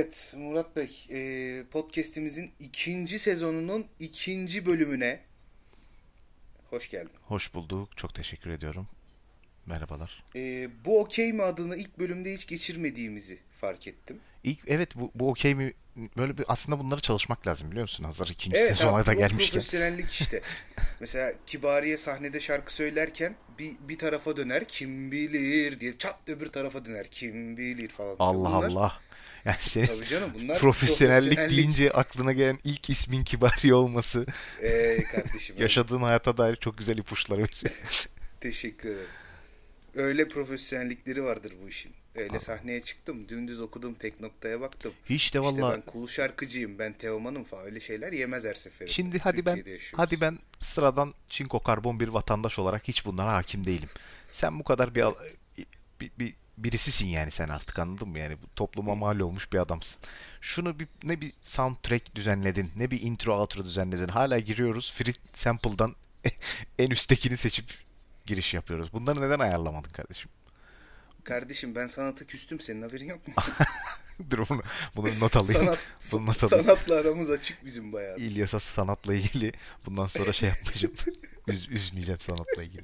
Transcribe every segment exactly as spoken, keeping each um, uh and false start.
Evet Murat Bey, e, podcast'imizin ikinci sezonunun ikinci bölümüne hoş geldin. Hoş bulduk. Çok teşekkür ediyorum. Merhabalar. E, bu okey mi adını ilk bölümde hiç geçirmediğimizi fark ettim. İlk evet bu, bu okey mi? Böyle bir aslında bunları çalışmak lazım biliyor musun? Hazır ikinci Evet abi, sezona da bu gelmişken. profesyonellik işte. Mesela Kibariye sahnede şarkı söylerken bir, bir tarafa döner kim bilir diye, çat öbür tarafa döner kim bilir falan. Mesela Allah bunlar, Allah. Yani senin tabii canım, bunlar profesyonellik profesyonellik. deyince aklına gelen ilk ismin Kibariye olması E, kardeşim öyle. yaşadığın hayata dair çok güzel ipuçları veriyor. Teşekkür ederim. Öyle profesyonellikleri vardır bu işin. Öyle sahneye çıktım, dümdüz okudum, tek noktaya baktım. Hiç de İşte valla. ben cool şarkıcıyım, ben Teoman'ım falan, öyle şeyler yemez her seferinde. Şimdi hadi ben Türkiye'de hadi yaşıyoruz. ben sıradan çinko karbon bir vatandaş olarak hiç bunlara hakim değilim. Sen bu kadar bir, al- Evet. bir, bir birisisin yani sen artık anladın mı? Yani bu topluma mal olmuş bir adamsın. Şunu bir ne bir soundtrack düzenledin, ne bir intro outro düzenledin. Hala giriyoruz free sample'dan en üsttekini seçip giriş yapıyoruz. Bunları neden ayarlamadın kardeşim? Kardeşim, ben sanata küstüm, senin haberin yok mu? Dur bunu, bunu bir not alayım. Sanat Bunu not alayım. sanatla aramız açık bizim bayağı. İlyas'a sanatla ilgili bundan sonra şey yapmayacağım. Üz, üzmeyeceğim sanatla ilgili.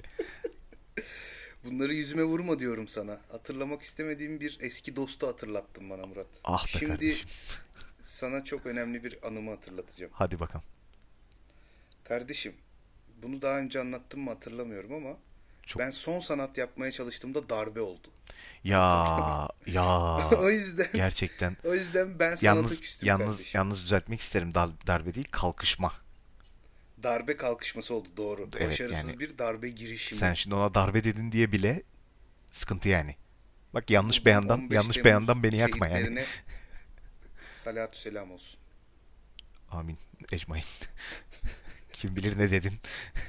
Bunları yüzüme vurma diyorum sana. Hatırlamak istemediğim bir eski dostu hatırlattın bana Murat. Ah be Şimdi kardeşim. sana çok önemli bir anımı hatırlatacağım. Hadi bakalım. Kardeşim, bunu daha önce anlattım mı hatırlamıyorum ama Çok ben son sanat yapmaya çalıştığımda darbe oldu. Anlatabiliyor muyum? ya ya O yüzden gerçekten o yüzden ben sanata yalnız küstüm yalnız kardeşim. yalnız düzeltmek isterim. Dar- darbe değil, kalkışma. Darbe kalkışması oldu, doğru. Evet yani Başarısız bir darbe sen girişimi. şimdi ona darbe dedin diye bile sıkıntı yani. Bak yanlış Buradan beyandan on beş yanlış Temmuz beyandan beni yakma yani. şehitlerine salatü selam olsun. Amin ecmaîn. Kim bilir ne dedin.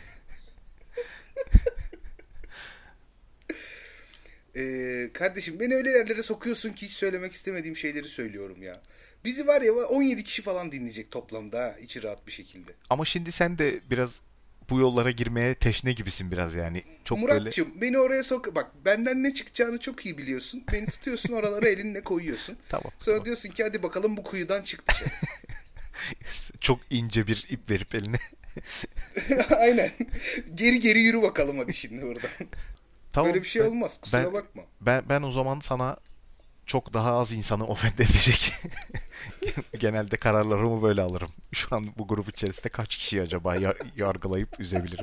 Ee, kardeşim, beni öyle yerlere sokuyorsun ki hiç söylemek istemediğim şeyleri söylüyorum ya. Bizi var ya, on yedi kişi falan dinleyecek toplamda, ha, içi rahat bir şekilde. Ama şimdi sen de biraz bu yollara girmeye teşne gibisin biraz yani. Çok böyle Muratçım, beni oraya sok. Bak, benden ne çıkacağını çok iyi biliyorsun. Beni tutuyorsun, oralara elinle koyuyorsun. tamam Sonra tamam. diyorsun ki hadi bakalım bu kuyudan çık dışarı. Çok ince bir ip verip eline. Aynen. Geri geri yürü bakalım hadi şimdi buradan. Böyle Tamam bir şey ben olmaz, ben kusura bakma. ben ben o zaman sana çok daha az insanı ofend edecek. Genelde kararlarımı böyle alırım. Şu an bu grup içerisinde kaç kişiyi acaba yar- yargılayıp üzebilirim?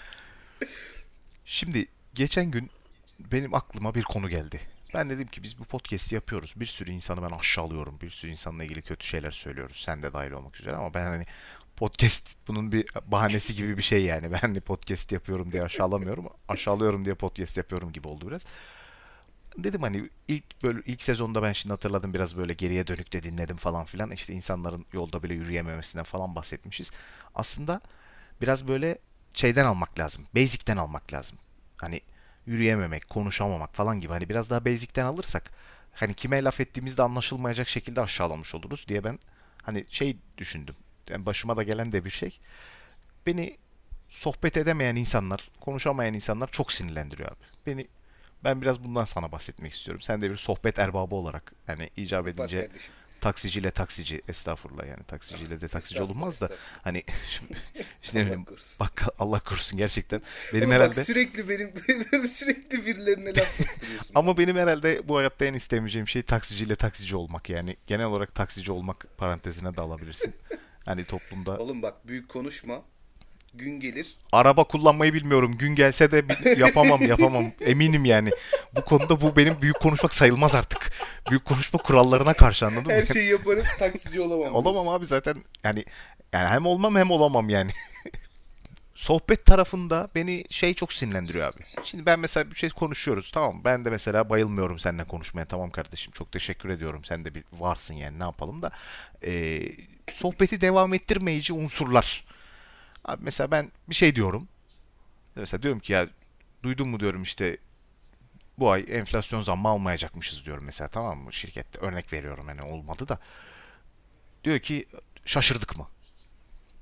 Şimdi geçen gün benim aklıma bir konu geldi. Ben dedim ki biz bu podcast'i yapıyoruz. Bir sürü insanı ben aşağılıyorum. Bir sürü insanla ilgili kötü şeyler söylüyoruz. Sen de dahil olmak üzere ama ben hani podcast bunun bir bahanesi gibi bir şey yani. Ben hani podcast yapıyorum diye aşağılamıyorum. Aşağılıyorum diye podcast yapıyorum gibi oldu biraz. Dedim hani ilk böyle ilk sezonda ben şimdi hatırladım biraz böyle geriye dönük de dinledim falan filan. İşte insanların yolda bile yürüyememesinden falan bahsetmişiz. Aslında biraz böyle şeyden almak lazım. Basic'ten almak lazım. Hani yürüyememek, konuşamamak falan gibi. Hani biraz daha basic'ten alırsak hani kime laf ettiğimizde anlaşılmayacak şekilde aşağılamış oluruz diye ben hani şey düşündüm. Yani başıma da gelen de bir şey. Beni sohbet edemeyen insanlar, konuşamayan insanlar çok sinirlendiriyor abi. Beni ben biraz bundan sana bahsetmek istiyorum. Sen de bir sohbet erbabı olarak yani icap Bak edince kardeşim. taksiciyle taksici estağfurullah yani taksiciyle de taksici Estağfurullah, olunmaz da estağfurullah. hani şimdi, şimdi ne Allah bileyim korusun. bak Allah korusun gerçekten benim Ama bak, herhalde sürekli benim, benim sürekli birilerine laf sokturuyorsun bana. ama benim herhalde bu hayatta en istemeyeceğim şey taksiciyle taksici olmak yani genel olarak taksici olmak parantezine de alabilirsin. Hani toplumda Oğlum bak, büyük konuşma. Gün gelir. araba kullanmayı bilmiyorum. Gün gelse de bil- yapamam yapamam. Eminim yani. Bu konuda bu benim büyük konuşmak sayılmaz artık. Büyük konuşma kurallarına karşı anladın mı? Her şeyi yaparım, taksici olamam Olamam diyorsun. abi zaten yani yani hem olmam hem olamam yani. Sohbet tarafında beni şey çok sinirlendiriyor abi. Şimdi ben mesela bir şey konuşuyoruz tamam ben de mesela bayılmıyorum seninle konuşmaya tamam kardeşim çok teşekkür ediyorum sen de bir varsın yani ne yapalım da Ee, sohbeti devam ettirmeyici unsurlar. Abi mesela ben bir şey diyorum. Mesela diyorum ki ya duydun mu diyorum işte bu ay enflasyon zammı almayacakmışız diyorum mesela tamam mı şirkette örnek veriyorum yani olmadı da diyor ki şaşırdık mı?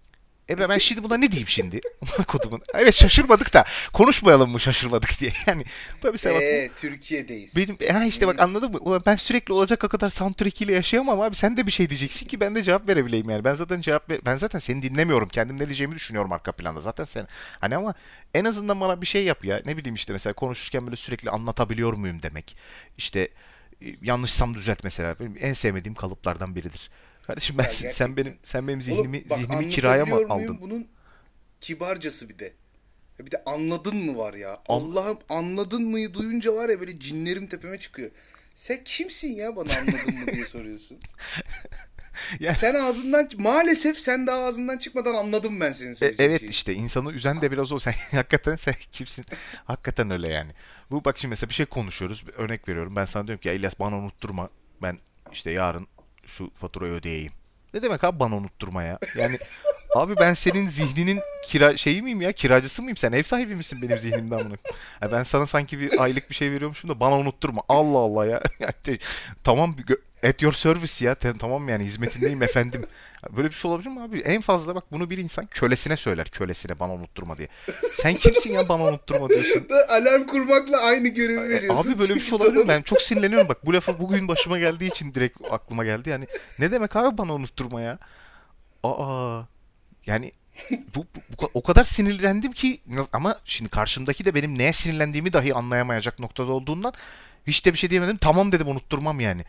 E ben şimdi buna ne diyeyim şimdi? Kodumun. Evet şaşırmadık da konuşmayalım mı şaşırmadık diye. Yani böyle mesela bak bu Eee Türkiye'deyiz. benim ha işte bak Benim anladın mı? Ulan ben sürekli olacak o kadar soundtrack ile yaşayamam abi. Sen de bir şey diyeceksin ki ben de cevap verebileyim yani. Ben zaten cevap ver- ben zaten seni dinlemiyorum. Kendim ne diyeceğimi düşünüyorum arka planda. Zaten sen hani ama en azından bana bir şey yap ya. Ne bileyim işte mesela konuşurken böyle sürekli anlatabiliyor muyum demek. İşte e, yanlışsam düzelt mesela. Benim en sevmediğim kalıplardan biridir. Kardeşim ben ya sen benim gerçekten. sen benim Oğlum zihnimi bak, zihnimi kiraya mı anlatabiliyor aldın? muyum bunun kibarcası bir de. Ya bir de anladın mı var ya. An Allah'ım, anladın mıyı duyunca var ya, böyle cinlerim tepeme çıkıyor. Sen kimsin ya, bana anladın mı diye soruyorsun. yani Sen ağzından, maalesef sen daha ağzından çıkmadan anladım ben senin E- söyleyeceğin evet şeyi. işte insanı üzen de biraz o. Sen hakikaten sen kimsin? Hakikaten öyle yani. Bu bak şimdi mesela bir şey konuşuyoruz. Bir örnek veriyorum. Ben sana diyorum ki ya İlyas bana unutturma. Ben işte yarın şu faturayı ödeyeyim. Ne demek abi bana unutturma ya? Yani abi ben senin zihninin kira şeyi miyim ya? Kiracısı mıyım? Sen ev sahibi misin benim zihnimden bunu? Ya ben sana sanki bir aylık bir şey veriyormuşum da bana unutturma. Allah Allah ya. Yani tamam at your service ya. Tamam yani hizmetindeyim efendim. Böyle bir şey olabilir mi abi? En fazla bak bunu bir insan kölesine söyler. Kölesine bana unutturma diye. Sen kimsin ya bana unutturma diyorsun. Alarm kurmakla aynı görevi E, abi veriyorsun. böyle bir şey Çünkü olabilir mi? doğru. Ben çok sinirleniyorum. Bak bu lafı bugün başıma geldiği için direkt aklıma geldi. Yani ne demek abi bana unutturma ya? Aa yani bu, bu- bu- o kadar sinirlendim ki ama şimdi karşımdaki de benim neye sinirlendiğimi dahi anlayamayacak noktada olduğundan hiç de bir şey diyemedim. Tamam dedim unutturmam yani.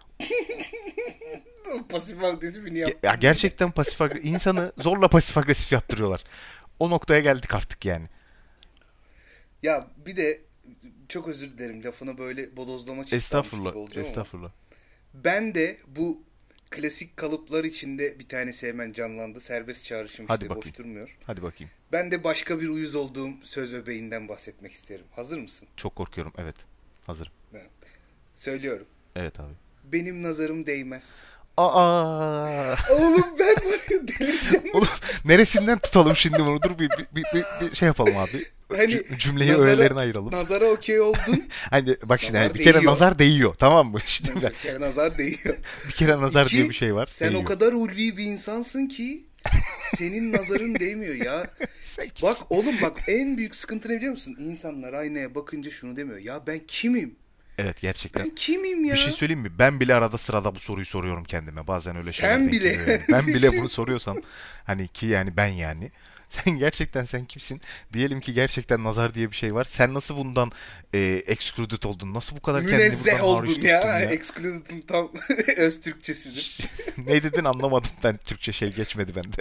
Pasif agresifini Ge- Ya yaptın yine. gerçekten pasif agresif insanı zorla pasif agresif yaptırıyorlar. O noktaya geldik artık yani. Ya bir de, çok özür dilerim, lafına böyle bodozlama çıkmış Estağfurullah, gibi olacağım ama estağfurullah. ben de bu klasik kalıplar içinde bir tanesi hemen canlandı. Serbest çağrışım Hadi işte, bakayım. boş durmuyor. Hadi bakayım. Ben de başka bir uyuz olduğum söz öbeğinden bahsetmek isterim. Hazır mısın? Çok korkuyorum. Evet. Hazırım. Evet. Söylüyorum. Evet abi. Benim nazarım değmez. Aa! Oğlum ben var ya, delireceğim. Oğlum neresinden tutalım şimdi bunu? Dur bir, bir, bir, bir- bir şey yapalım abi. Hani Cü- Cümleyi nazara öğelerine ayıralım. nazara okey oldun. Hani bak şimdi hani Nazar bir kere değiyor. nazar değiyor. Tamam mı? Şimdi Bir kere nazar değiyor. bir kere nazar diye bir İki, şey var. sen o Değiyor. kadar ulvi bir insansın ki senin nazarın değmiyor ya. Sen Bak kimsin? oğlum, bak en büyük sıkıntı ne biliyor musun? İnsanlar aynaya bakınca şunu demiyor. Ya ben kimim? Evet gerçekten. Ben kimim Bir şey ya? söyleyeyim mi? Ben bile arada sırada bu soruyu soruyorum kendime. Bazen öyle şeyler Sen denk bile. geliyor yani. Ben bile bunu soruyorsam hani ki yani ben yani. Sen gerçekten sen kimsin? Diyelim ki gerçekten nazar diye bir şey var. Sen nasıl bundan e, excluded oldun? Nasıl bu kadar kendini buradan Münezzeh hariç oldun ya. tuttun ya? Excluded'ın tam öz Türkçesidir. Ne dedin anlamadım ben. Türkçe şey geçmedi bende.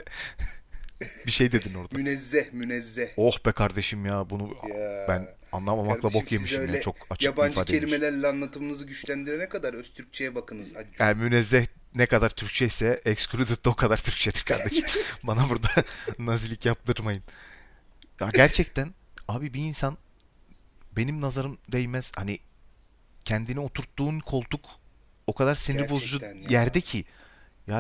Bir şey dedin orada. Münezzeh, münezzeh. Oh be kardeşim ya bunu ben Ya anlamamakla kardeşim, bok siz yemişim ya. öyle Çok açık bir yabancı ifadeymiş. kelimelerle anlatımınızı güçlendirene kadar öz Türkçe'ye bakınız. Hadi. Yani münezzeh ne kadar Türkçe ise excluded de o kadar Türkçedir kardeşim. Bana burada nazilik yaptırmayın. Ya gerçekten abi bir insan benim nazarım değmez. Hani kendini oturttuğun koltuk o kadar sinir bozucu Gerçekten yerde ya. ki ya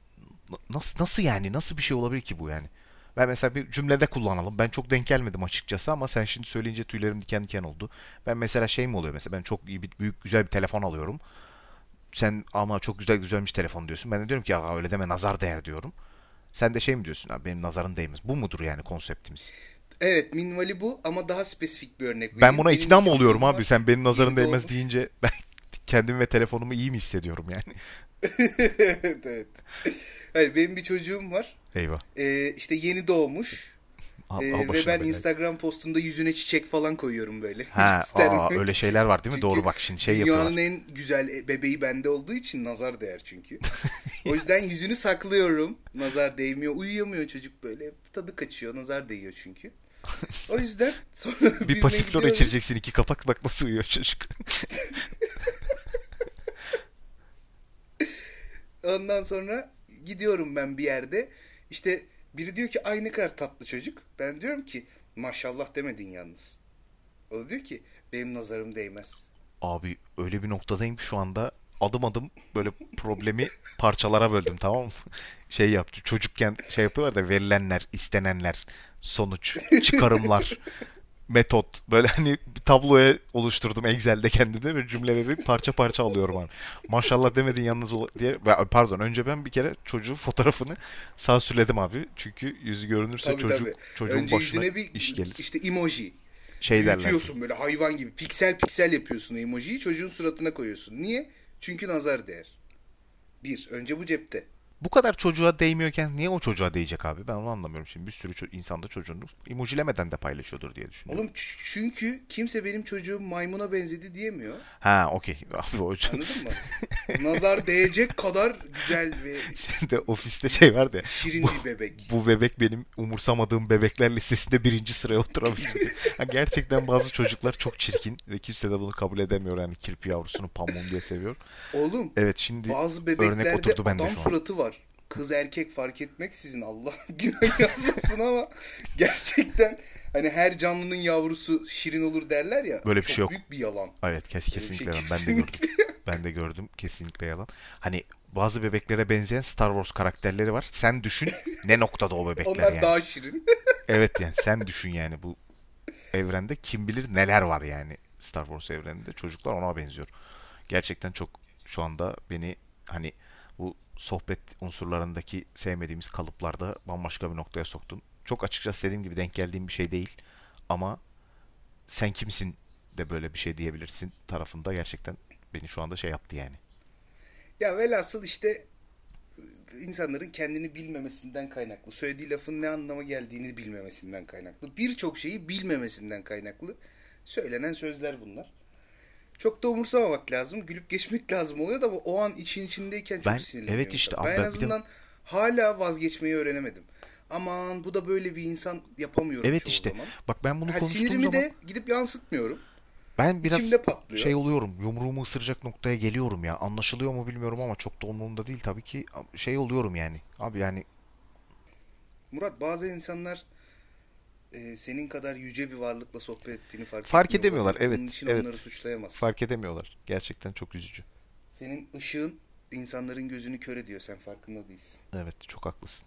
nasıl nasıl yani nasıl bir şey olabilir ki bu yani? Ben mesela bir cümlede kullanalım. Ben çok denk gelmedim açıkçası ama sen şimdi söyleyince tüylerim diken diken oldu. Ben mesela şey mi oluyor mesela ben çok iyi bir büyük güzel bir telefon alıyorum. Sen ama çok güzel güzelmiş telefon diyorsun. Ben de diyorum ki ya öyle deme nazar değer diyorum. Sen de şey mi diyorsun abi benim nazarım değmez. Bu mudur yani konseptimiz? Evet, minvali bu ama daha spesifik bir örnek Ben vereyim. buna Benim ikna bir mı oluyorum çocuğum abi? var. Sen benim nazarın Yeni değmez doğmuş. deyince ben kendimi ve telefonumu iyi mi hissediyorum yani? Evet, evet. Hayır, benim bir çocuğum var. Eyvah. Ee, işte yeni doğmuş. Al, al Ee, ve başına ben belayı. Instagram postunda yüzüne çiçek falan koyuyorum böyle. Ha, aa Göstermek öyle için. şeyler var değil mi? Doğru Çünkü bak şimdi şey dünyanın yapıyorlar. en güzel bebeği bende olduğu için nazar değer çünkü. O yüzden yüzünü saklıyorum. Nazar değmiyor. Uyuyamıyor çocuk böyle. Tadı kaçıyor. Nazar değiyor çünkü. O yüzden sonra Bir birine pasiflora gidiyoruz. içireceksin iki kapak bak nasıl uyuyor çocuk. Ondan sonra gidiyorum ben bir yerde. İşte biri diyor ki ay ne kadar tatlı çocuk. Ben diyorum ki maşallah demedin yalnız. O da diyor ki benim nazarım değmez. Abi öyle bir noktadayım ki şu anda adım adım böyle problemi parçalara böldüm tamam mı? Şey yaptı çocukken şey yapıyorlar da verilenler, istenenler, sonuç, çıkarımlar. metot. Böyle hani bir tabloya oluşturdum Excel'de kendimde ve cümleleri parça parça alıyorum abi. Maşallah demedin yalnız ola- diye. Ve- Pardon, önce ben bir kere çocuğun fotoğrafını sansürledim abi. Çünkü yüzü görünürse Tabii tabii. çocuk çocuğun Önce başına yüzüne bir iş gelir. işte emoji. Şey derler diye. Büyütüyorsun böyle hayvan gibi. Piksel piksel yapıyorsun emojiyi. Çocuğun suratına koyuyorsun. Niye? Çünkü nazar değer. Bir. Önce bu cepte. Bu kadar çocuğa değmiyorken niye o çocuğa değecek abi? Ben onu anlamıyorum şimdi. Bir sürü ço- insan da çocuğunu emojilemeden de paylaşıyordur diye düşünüyorum. Oğlum ç- çünkü kimse benim çocuğum maymuna benzedi diyemiyor. Ha, okey. Abi o ço- Anladın mı? Nazar değecek kadar güzel ve Şimdi ofiste şey vardı ya. şirin Bu, bir bebek. bu bebek benim umursamadığım bebekler listesinde birinci sıraya oturabilir diye. Ha, gerçekten bazı çocuklar çok çirkin ve kimse de bunu kabul edemiyor. Yani kirpi yavrusunu pamuğum diye seviyor. Oğlum Evet, şimdi bazı örnek bebeklerde oturdu bende adam şu an. suratı var. Kız erkek fark etmeksizin Allah günah yazmasın ama gerçekten hani her canlının yavrusu şirin olur derler ya. Böyle bir Çok şey yok. büyük bir yalan. Evet, kes, Böyle bir şey kesinlikle yalan. Ben de gördüm. kesinlikle. Ben de gördüm. Kesinlikle yalan. Hani bazı bebeklere benzeyen Star Wars karakterleri var. Sen düşün ne noktada o bebekler Onlar yani. daha şirin. Evet, yani sen düşün yani bu evrende kim bilir neler var yani Star Wars evreninde. Çocuklar ona benziyor. Gerçekten çok şu anda beni hani bu sohbet unsurlarındaki sevmediğimiz kalıplarda bambaşka bir noktaya soktun. Çok açıkçası dediğim gibi denk geldiğim bir şey değil. Ama sen kimsin de böyle bir şey diyebilirsin tarafında gerçekten beni şu anda şey yaptı yani. Ya velhasıl işte insanların kendini bilmemesinden kaynaklı. Söylediği lafın ne anlama geldiğini bilmemesinden kaynaklı. Birçok şeyi bilmemesinden kaynaklı. Söylenen sözler bunlar. Çok da umursamamak lazım. Gülüp geçmek lazım oluyor da o an için içindeyken çok Ben sinirleniyor evet işte insan. abi Ben en ben bir de azından hala vazgeçmeyi öğrenemedim. Aman bu da böyle bir insan yapamıyorum evet çoğu işte zaman. bak ben bunu Ha, konuştuğum sinirimi zaman de gidip yansıtmıyorum. ben biraz İçimde patlıyor. şey oluyorum, yumruğumu ısıracak noktaya geliyorum ya. Anlaşılıyor mu bilmiyorum ama çok da umurumda değil tabii ki. Şey oluyorum yani. Abi yani Murat bazı insanlar e, senin kadar yüce bir varlıkla sohbet ettiğini fark fark etmiyor edemiyorlar. olabilir. Evet, Bunun için evet. onları suçlayamazsın. Fark edemiyorlar. Gerçekten çok üzücü. Senin ışığın insanların gözünü kör ediyor. Sen farkında değilsin. Evet, çok haklısın.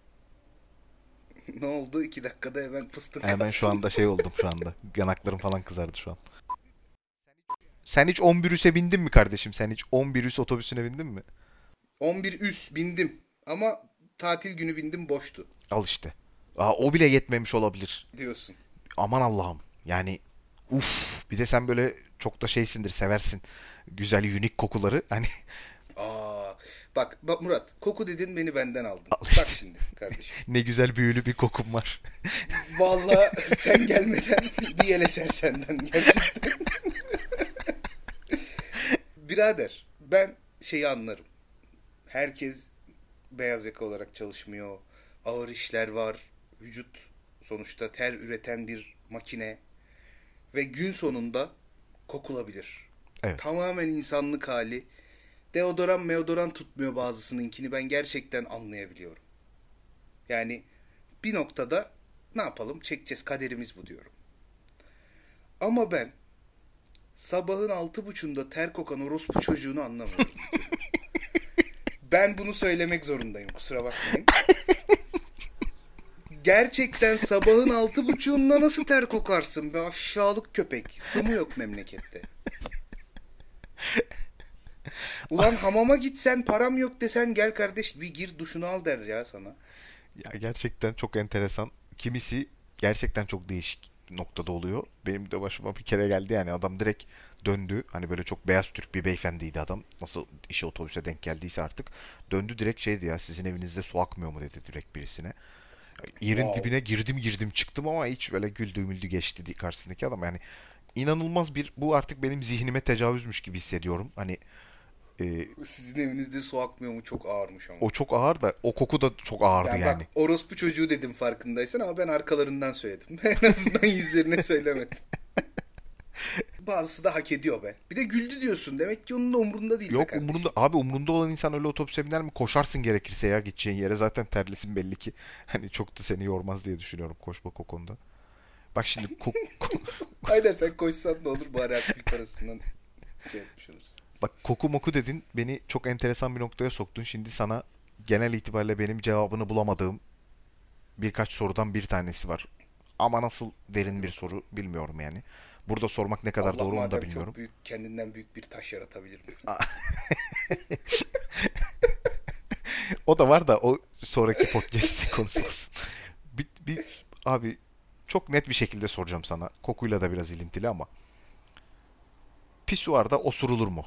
Ne oldu? İki dakikada hemen pıstın Hemen şu kalktın. anda şey oldum şu anda. Yanaklarım falan kızardı şu an. Sen hiç on bir üse bindin mi kardeşim? Sen hiç on bir üs otobüsüne bindin mi? on bir üs bindim. Ama tatil günü bindim boştu Al işte. Aa, o bile yetmemiş olabilir. diyorsun. Aman Allah'ım. Yani uf, bir de sen böyle çok da şeysindir, seversin. Güzel, unik kokuları. Hani Aa, bak, bak Murat, koku dedin beni benden aldın. al Bak işte. şimdi kardeşim. Ne güzel büyülü bir kokum var. Vallahi sen gelmeden bir el eser senden gerçekten. Birader ben şeyi anlarım. Herkes beyaz yaka olarak çalışmıyor. Ağır işler var. Vücut sonuçta ter üreten bir makine. Ve gün sonunda kokulabilir. Evet. Tamamen insanlık hali. Deodoran meodoran tutmuyor bazısınınkini ben gerçekten anlayabiliyorum. Yani bir noktada ne yapalım çekeceğiz kaderimiz bu diyorum. Ama ben sabahın altı buçuğunda ter kokan orospu çocuğunu anlamıyorum. Ben bunu söylemek zorundayım kusura bakmayın. Gerçekten sabahın altı buçuğunda nasıl ter kokarsın be aşağılık köpek. Su mu yok memlekette? Ulan hamama gitsen param yok desen gel kardeş bir gir duşunu al der ya sana. Ya gerçekten çok enteresan. Kimisi gerçekten çok değişik noktada oluyor. Benim de başıma bir kere geldi yani adam direkt döndü. Hani böyle çok beyaz Türk bir beyefendiydi adam. Nasıl işe otobüse denk geldiyse artık. Döndü direkt şeydi ya sizin evinizde su akmıyor mu dedi direkt birisine. Yerin Wow. dibine girdim girdim çıktım ama hiç böyle güldü müldü geçti di- karşısındaki adam. Yani inanılmaz bir bu artık benim zihnime tecavüzmüş gibi hissediyorum. Hani e, Sizin evinizde su akmıyor mu çok ağırmış ama. o çok ağır da o koku da çok ağırdı Yani bak yani. orospu çocuğu dedim farkındaysan ama ben arkalarından söyledim. En azından yüzlerine söylemedim. Bazısı da hak ediyor be. Bir de güldü diyorsun. Demek ki onun da umurunda değil be Yok kardeşim. umurumda abi umurunda olan insan öyle otobüse biner mi? Koşarsın gerekirse ya gideceğin yere zaten terlisin belli ki. Hani çok da seni yormaz diye düşünüyorum koşmak o konuda. Bak şimdi ko- ko- Aynen sen koşsan ne olur bari akbil parasından şey yapmış oluruz. bak koku moku dedin beni çok enteresan bir noktaya soktun. Şimdi sana genel itibariyle benim cevabını bulamadığım birkaç sorudan bir tanesi var. Ama nasıl derin Hadi bir bakalım. soru bilmiyorum yani. Burada sormak ne kadar Allah doğru onu da madem çok bilmiyorum. büyük, kendinden büyük bir taş yaratabilir mi? O da var da o sonraki podcast konusu olsun. Bir, bir, abi çok net bir şekilde soracağım sana. Kokuyla da biraz ilintili ama. Pisuarda osurulur mu?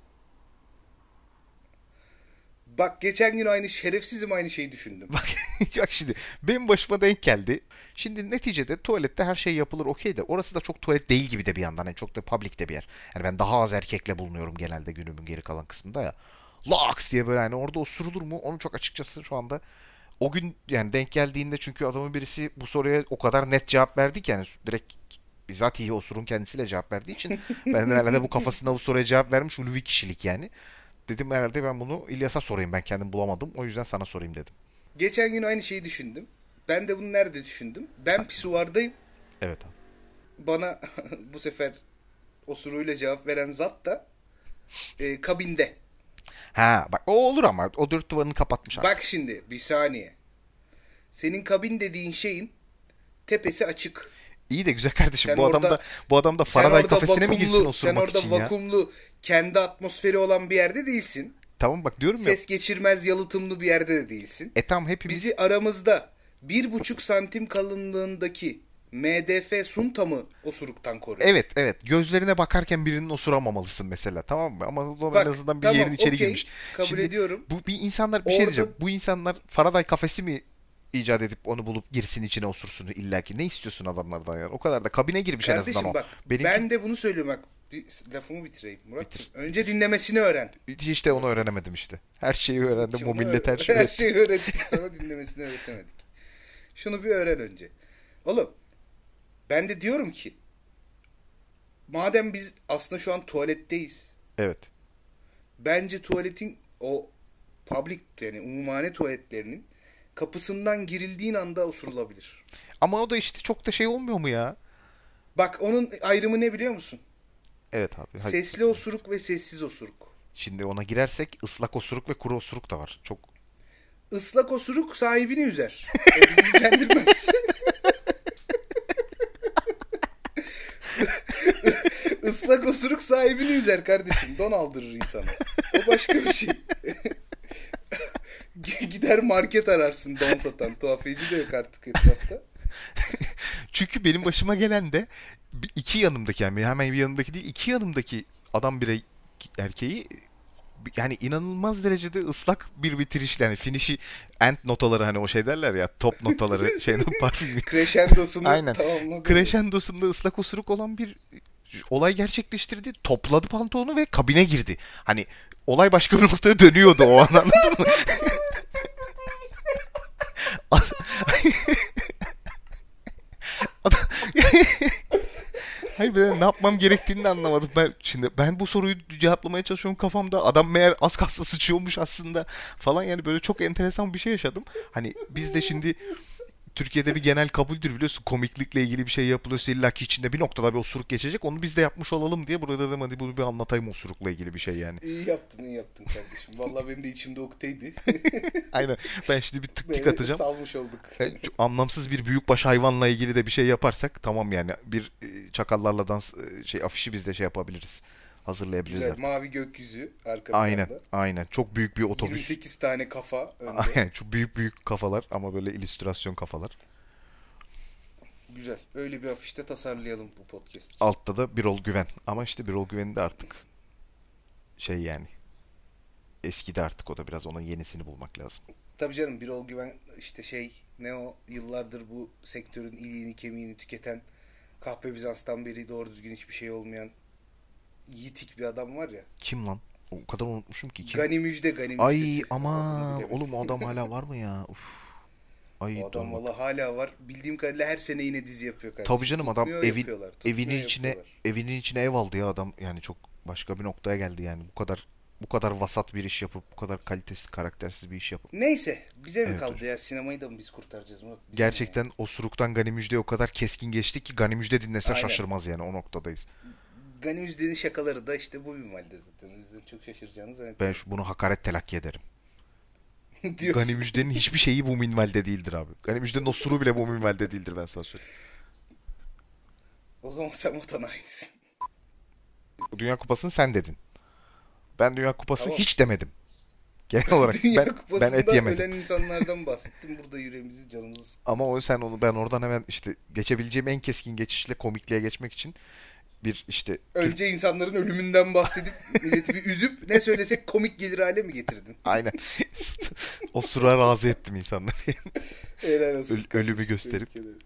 Bak geçen gün aynı şerefsizim aynı şeyi düşündüm. Bak, bak şimdi benim başıma denk geldi. Şimdi neticede tuvalette her şey yapılır okey de orası da çok tuvalet değil gibi de bir yandan. Yani çok da public de bir yer. Yani ben daha az erkekle bulunuyorum genelde günümün geri kalan kısmında ya. Laks diye böyle hani orada osurulur mu? Onu çok açıkçası şu anda o gün yani denk geldiğinde çünkü adamın birisi bu soruya o kadar net cevap verdi ki yani direkt bizatihi osurun kendisiyle cevap verdiği için ben de herhalde bu kafasında bu soruya cevap vermiş ulvi kişilik yani. Dedim herhalde ben bunu İlyas'a sorayım ben kendim bulamadım o yüzden sana sorayım dedim. Geçen gün aynı şeyi düşündüm. Ben de bunu nerede düşündüm? Ben pisuvardayım. Evet abi. Bana bu sefer osuruyla cevap veren zat da e, kabinde. Ha bak o olur ama o dört duvarını kapatmış Bak artık. şimdi bir saniye. Senin kabin dediğin şeyin tepesi açık. İyi de güzel kardeşim Sen bu adam da orada bu adam da sen Faraday orada kafesine mi girsin vakumlu, sen osurmak orada için ya? vakumlu kendi atmosferi olan bir yerde değilsin. Tamam bak diyorum ya. Ses geçirmez yalıtımlı bir yerde de değilsin. E tam hepimiz Bizi aramızda bir buçuk santim kalınlığındaki M D F sunta mı osuruktan koruyor? evet evet gözlerine bakarken birinin osuramamalısın mesela tamam mı? Ama o en Bak azından bir yerin tamam içeri girmiş. okey kabul Şimdi ediyorum. bu bir insanlar bir şey Orada diyeceğim. Bu insanlar Faraday kafesi mi icat edip onu bulup girsin içine osursun illaki. Ne istiyorsun adamlardan yani? O kadar da kabine girmiş en azından kardeşim o. bak Benimki ben de bunu söylüyorum bak. Bir lafımı bitireyim Murat'cığım. bitir. Önce dinlemesini öğren. İşte onu öğrenemedim işte. Her şeyi öğrendim. Hiç Bu onu millet her şeyi her öğretti. şeyi öğrettik sana dinlemesini öğretemedik. Şunu bir öğren önce. Oğlum ben de diyorum ki madem biz aslında şu an tuvaletteyiz. Evet. Bence tuvaletin o public yani umumane tuvaletlerinin kapısından girildiğin anda osurulabilir. Ama o da işte çok da şey olmuyor mu ya? Bak onun ayrımı ne biliyor musun? Evet abi. Hay- Sesli osuruk ve sessiz osuruk. Şimdi ona girersek ıslak osuruk ve kuru osuruk da var. Çok Islak osuruk sahibini üzer. O bizi ilgilendirmez. Islak osuruk sahibini üzer kardeşim. Don aldırır insana. O başka bir şey. Gider market ararsın don satan. Tuhafiyeci de yok artık etrafta. çünkü benim başıma gelen de bir- iki yanımdaki yani hemen bir yanımdaki değil iki yanımdaki adam birey erkeği yani inanılmaz derecede ıslak bir bitirişle yani finişi end notaları hani o şey derler ya top notaları şeyden parfüm Crescendo'sunu aynen tamamladı mı? crescendo'sunda ıslak osuruk olan bir olay gerçekleştirdi topladı pantolonu ve kabine girdi hani olay başka bir noktaya dönüyordu o an anladın mı? Adam- Hayır ben ne yapmam gerektiğini de anlamadım. Ben şimdi ben bu soruyu cevaplamaya çalışıyorum kafamda. Adam meğer az kalsın sıçıyormuş aslında falan yani böyle çok enteresan bir şey yaşadım. Hani biz de şimdi Türkiye'de bir genel kabuldür biliyorsun komiklikle ilgili bir şey yapılıyorsa illa ki içinde bir noktada bir osuruk geçecek. Onu biz de yapmış olalım diye burada dedim hadi bunu bir anlatayım osurukla ilgili bir şey yani. İyi yaptın iyi yaptın kardeşim. Vallahi benim de içimde ukteydi. Aynen ben şimdi bir tık tik Böyle atacağım. salmış olduk. Yani çok anlamsız bir büyükbaş hayvanla ilgili de bir şey yaparsak tamam yani bir e, çakallarla dans e, şey afişi biz de şey yapabiliriz. Hazırlayabiliriz Güzel artık. mavi gökyüzü arka Aynen, planda. aynen. Çok büyük bir otobüs. yirmi sekiz tane kafa önde. Aynen, çok büyük büyük kafalar ama böyle illüstrasyon kafalar. Güzel. Öyle bir afişte tasarlayalım bu podcast için. Altta da Birol Güven. Ama işte Birol Güven'i de artık şey yani eskidi artık o da biraz onun yenisini bulmak lazım. Tabii canım Birol Güven işte şey ne o yıllardır bu sektörün iliğini kemiğini tüketen Kahpe Bizans'tan beri doğru düzgün hiçbir şey olmayan yitik bir adam var ya. Kim lan? O kadar unutmuşum ki kim? Gani Müjde, Gani Müjde Ay tüh. Adını aman bilemedim. oğlum o adam hala var mı ya? Uf. Ay O adam dur bak. valla hala var. Bildiğim kadarıyla her sene yine dizi yapıyor Tabii kardeşim. canım adam Tutmuyor evin yapıyorlar. Tutmuyor evinin içine yapıyorlar. evinin içine ev aldı ya adam yani çok başka bir noktaya geldi yani bu kadar bu kadar vasat bir iş yapıp bu kadar kalitesiz karaktersiz bir iş yapıp Neyse bize mi evet kaldı hocam. ya sinemayı da mı biz kurtaracağız Murat? Bize mi ya? Gerçekten osuruktan Gani Müjde o kadar keskin geçti ki Gani Müjde dinlese Aynen. şaşırmaz yani o noktadayız. Gani Müjde'nin şakaları da işte bu minvalde zaten. O yüzden çok şaşıracağını Ben zannetmiyorum. şu, bunu hakaret telakki ederim. Gani diyorsun. Müjde'nin hiçbir şeyi bu minvalde değildir abi. Gani Müjde'nin osuru bile bu minvalde değildir, ben sana söyleyeyim. O zaman sen vatan hainisin. Dünya Kupası'nı sen dedin. Ben Dünya Kupası Tamam. hiç demedim. Genel olarak Dünya ben ben et Kupası'nda yemedim. ölen insanlardan bahsettim. Burada yüreğimizi, canımızı Ama sıktınız. o sen onu, ben oradan hemen işte geçebileceğim en keskin geçişle komikliğe geçmek için bir işte Türk Önce insanların ölümünden bahsedip milleti bir üzüp ne söylesek komik gelir hale mi getirdin? aynen o sıra razı ettim insanları. Helal olsun Öl- ölümü kardeşim. gösterip. Tebrik ederim.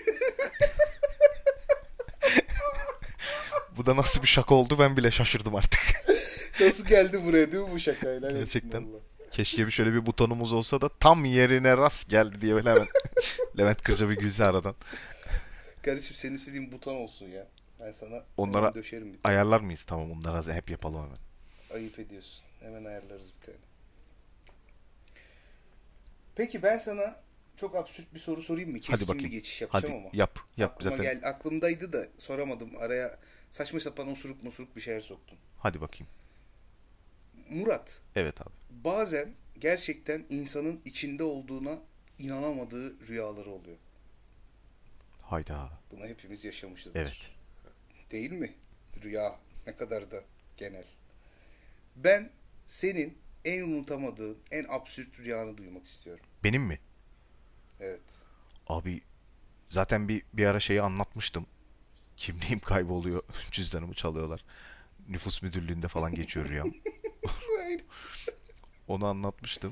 Bu da nasıl bir şaka oldu ben bile şaşırdım artık. Nasıl geldi buraya değil mi bu şaka? Helal olsun Gerçekten. valla. Keşke bir şöyle bir butonumuz olsa da tam yerine rast geldi diye böyle hemen Levent Kırca bir gülse aradan. Kardeşim senin istediğin buton olsun ya. Ben sana Onlara hemen döşerim bir tane. ayarlar mıyız? Tamam, onları hep yapalım hemen. Ayıp ediyorsun. Hemen ayarlarız bir tane. Peki ben sana çok absürt bir soru sorayım mı? Hadi Keskin bir bakayım. geçiş yapacağım Hadi ama. yap. Yap Aklıma zaten. gel, aklımdaydı da soramadım. Araya saçma sapan osuruk musuruk bir şeyler soktun. Hadi bakayım. Murat, Evet abi. bazen gerçekten insanın içinde olduğuna inanamadığı rüyaları oluyor. Hayda. Bunu hepimiz yaşamışızdır. Evet. Değil mi? Rüya ne kadar da genel. Ben senin en unutamadığın, en absürt rüyanı duymak istiyorum. Benim mi? Evet. Abi zaten bir bir ara şeyi anlatmıştım. Kimliğim kayboluyor. Cüzdanımı çalıyorlar. Nüfus müdürlüğünde falan geçiyor rüyam. Onu anlatmıştım.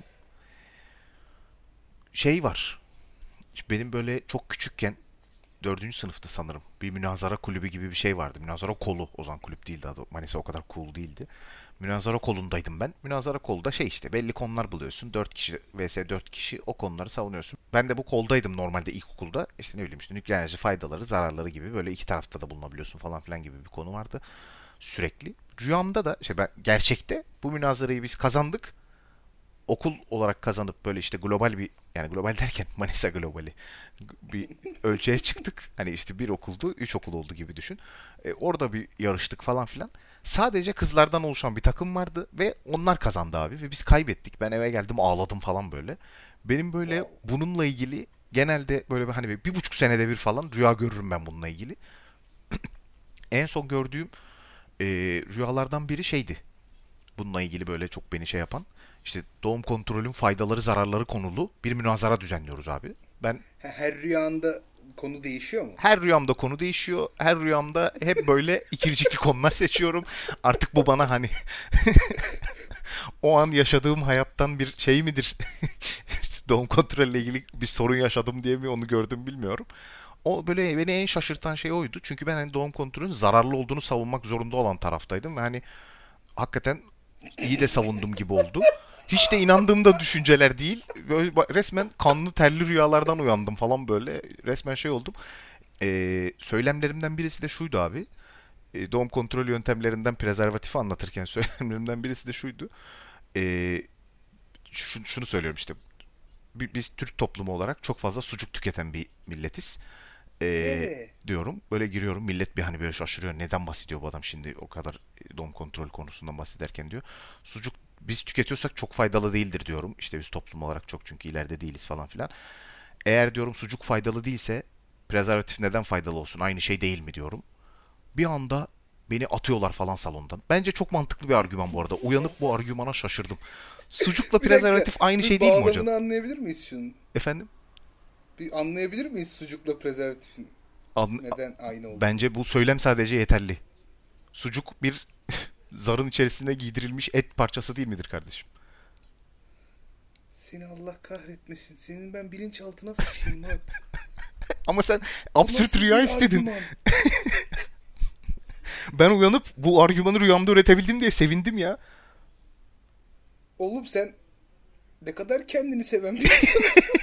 Şey var. Benim böyle çok küçükken dördüncü sınıfta sanırım. Bir münazara kulübü gibi bir şey vardı. Münazara kolu. O zaman kulüp değildi adı. Manisa o kadar cool değildi. Münazara kolundaydım ben. Münazara kolu da şey işte belli konular buluyorsun. Dört kişi vs dört kişi o konuları savunuyorsun. Ben de bu koldaydım normalde ilkokulda. İşte ne bileyim işte nükleer enerji faydaları, zararları gibi böyle iki tarafta da bulunabiliyorsun falan filan gibi bir konu vardı. Sürekli. Rüyamda da şey ben gerçekte bu münazarayı biz kazandık. Okul olarak kazanıp böyle işte global bir, yani global derken Manisa globali bir ölçeğe çıktık. Hani işte bir okuldu, üç okul oldu gibi düşün. E, orada bir yarıştık falan filan. Sadece kızlardan oluşan bir takım vardı ve onlar kazandı abi ve biz kaybettik. Ben eve geldim ağladım falan böyle. Benim böyle Wow. bununla ilgili genelde böyle bir hani bir, bir buçuk senede bir falan rüya görürüm ben bununla ilgili. En son gördüğüm e, rüyalardan biri şeydi. Bununla ilgili böyle çok beni şey yapan. İşte doğum kontrolün faydaları zararları konulu bir münazara düzenliyoruz abi. Ben Her rüyanda konu değişiyor mu? her rüyamda konu değişiyor. Her rüyamda hep böyle ikircikli konular seçiyorum. Artık bu bana hani o an yaşadığım hayattan bir şey midir? Doğum kontrolle ilgili bir sorun yaşadım diye mi onu gördüm bilmiyorum. O böyle beni en şaşırtan şey oydu. Çünkü ben hani doğum kontrolün zararlı olduğunu savunmak zorunda olan taraftaydım. Ve hani hakikaten iyi de savundum gibi oldu. Hiç de inandığım da düşünceler değil. Böyle resmen kanlı terli rüyalardan uyandım falan böyle. Resmen şey oldum. Ee, söylemlerimden birisi de şuydu abi. Ee, doğum kontrol yöntemlerinden prezervatifi anlatırken söylemlerimden birisi de şuydu. Ee, şu- şunu söylüyorum işte. Biz Türk toplumu olarak çok fazla sucuk tüketen bir milletiz. Ee, Ee, diyorum. Böyle giriyorum. Millet bir hani böyle şaşırıyor. Neden bahsediyor bu adam şimdi o kadar doğum kontrol konusundan bahsederken diyor. Sucuk biz tüketiyorsak çok faydalı değildir diyorum. İşte biz toplum olarak çok çünkü ileride değiliz falan filan. Eğer diyorum sucuk faydalı değilse prezervatif neden faydalı olsun? Aynı şey değil mi diyorum. Bir anda beni atıyorlar falan salondan. Bence çok mantıklı bir argüman bu arada. Uyanıp bu argümana şaşırdım. Sucukla bir dakika. prezervatif aynı Bir şey değil mi hocam? bağlamını anlayabilir miyiz şunun? Efendim? Bir anlayabilir miyiz sucukla prezervatifin An- neden aynı olduğunu? Bence bu söylem sadece yeterli. Sucuk bir zarın içerisine giydirilmiş et parçası değil midir kardeşim? Seni Allah kahretmesin. Senin ben bilinçaltına sıçayım Murat. Ama sen Bu absürt nasıl rüya bir istedin. argüman? Ben uyanıp bu argümanı rüyamda üretebildim diye sevindim ya. Oğlum sen ne kadar kendini seven bir insansın.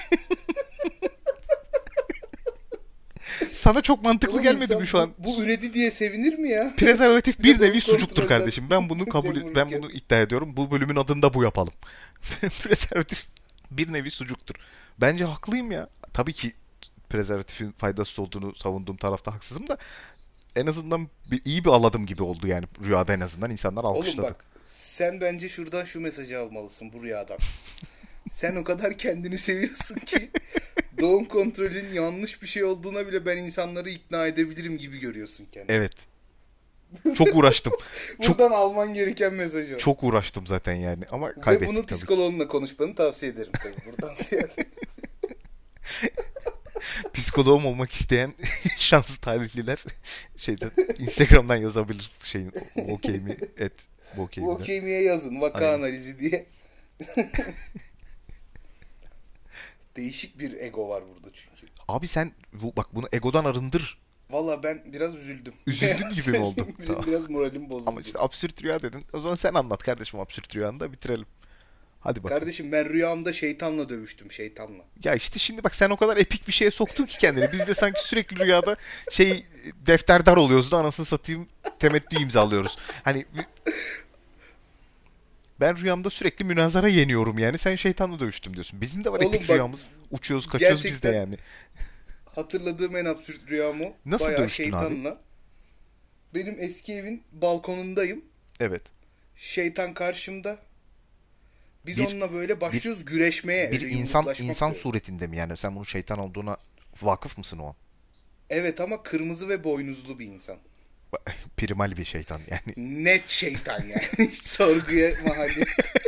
Sana çok mantıklı Oğlum gelmedi mi insan şu an? bu, bu üredi diye sevinir mi ya? Prezervatif Bir de bir doğum nevi sucuktur kontrolden kardeşim. Ben bunu kabul dem ben vururken. bunu iddia ediyorum. Bu bölümün adını da bu yapalım. Prezervatif bir nevi sucuktur. Bence haklıyım ya. Tabii ki prezervatifin faydasız olduğunu savunduğum tarafta haksızım da en azından bir, iyi bir aladım gibi oldu yani rüyada en azından insanlar Oğlum alkışladı. bak sen bence şuradan şu mesajı almalısın bu rüyadan. Sen o kadar kendini seviyorsun ki doğum kontrolün yanlış bir şey olduğuna bile ben insanları ikna edebilirim gibi görüyorsun kendini. Evet. Çok uğraştım. Çok Buradan alman gereken mesaj o. çok uğraştım zaten yani ama Ve bunu kaybettik tabii ki. psikoloğunla konuşmanı tavsiye ederim tabii buradan ziyade. Psikoloğum olmak isteyen şanslı talihliler şeyde Instagram'dan yazabilir şeyin okey mi et bu okey Bu mi de. okey mi'ye yazın vaka Aynen. analizi diye. Değişik bir ego var burada çünkü. Abi sen bu bak bunu egodan arındır. Valla ben biraz üzüldüm. Üzüldün gibi mi oldun? Benim Tamam. biraz moralim Ama bozuldu. işte absürt rüya dedin. O zaman sen anlat kardeşim absürt rüyanı da bitirelim. Hadi bakalım. Kardeşim ben rüyamda şeytanla dövüştüm şeytanla. Ya işte şimdi bak sen o kadar epik bir şeye soktun ki kendini. Biz de sanki sürekli rüyada şey defterdar oluyoruz da anasını satayım temettü imzalıyoruz. Hani ben rüyamda sürekli münazara yeniyorum yani. Sen şeytanla dövüştüm diyorsun. Bizim de var Oğlum epik bak rüyamız. Uçuyoruz kaçıyoruz biz de gerçekten yani. hatırladığım en absürt rüyam o. Nasıl Bayağı dövüştün abi? şeytanla. Benim eski evin balkonundayım. Evet. Şeytan karşımda. Biz Bir onunla böyle bir başlıyoruz güreşmeye. bir Öyle insan yumruklaşmak insan da yok. suretinde mi yani? Sen bunun şeytan olduğuna vakıf mısın o an? Evet ama kırmızı ve boynuzlu bir insan. Primal bir şeytan yani. Net şeytan yani. Hiç sorguya mahalli.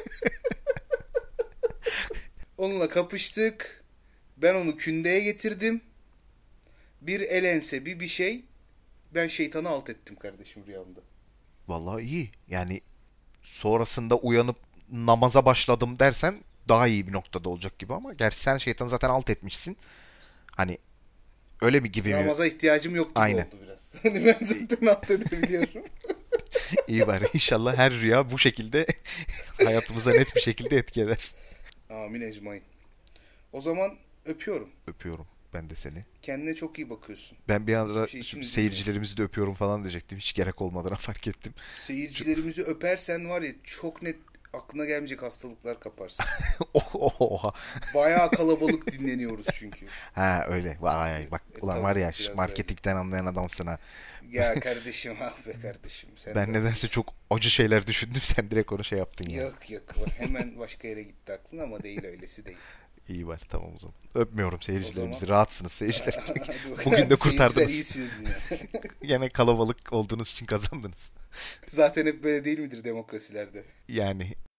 Onunla kapıştık. Ben onu kündeye getirdim. Bir el ense bir bir şey. Ben şeytanı alt ettim kardeşim rüyamda. Vallahi iyi. Yani sonrasında uyanıp namaza başladım dersen daha iyi bir noktada olacak gibi ama gerçi sen şeytanı zaten alt etmişsin. Hani öyle mi gibi mi? Namaza ihtiyacım yok gibi Aynen. oldu biraz. Hani ben zaten alt edebiliyorum. İyi bari inşallah her rüya bu şekilde hayatımıza net bir şekilde etki eder. Amin ecmain. O zaman öpüyorum. Öpüyorum ben de seni. Kendine çok iyi bakıyorsun. Ben bir Hiçbir ara şey için şu üzülmüyorsun. seyircilerimizi de öpüyorum falan diyecektim. Hiç gerek olmadığını fark ettim. Seyircilerimizi öpersen var ya çok net aklına gelmeyecek hastalıklar kaparsın. Oha. Bayağı kalabalık dinleniyoruz çünkü. Ha öyle. E, Vay bak e, ulan var tabii ya biraz öyle. marketingten anlayan adamsın ha. Ya kardeşim ah be kardeşim sen Ben de nedense haklısın. çok acı şeyler düşündüm. Sen direkt onu şey yaptın yani. Yok yok hemen başka yere gitti aklın ama değil öylesi değil. İyi var tamam o zaman. Öpmüyorum O zaman seyircilerimizi. Rahatsınız seyirciler. hadi Bugün de bakalım seyirciler kurtardınız. iyisiniz yine. Yine kalabalık olduğunuz için kazandınız. Zaten hep böyle değil midir demokrasilerde? Yani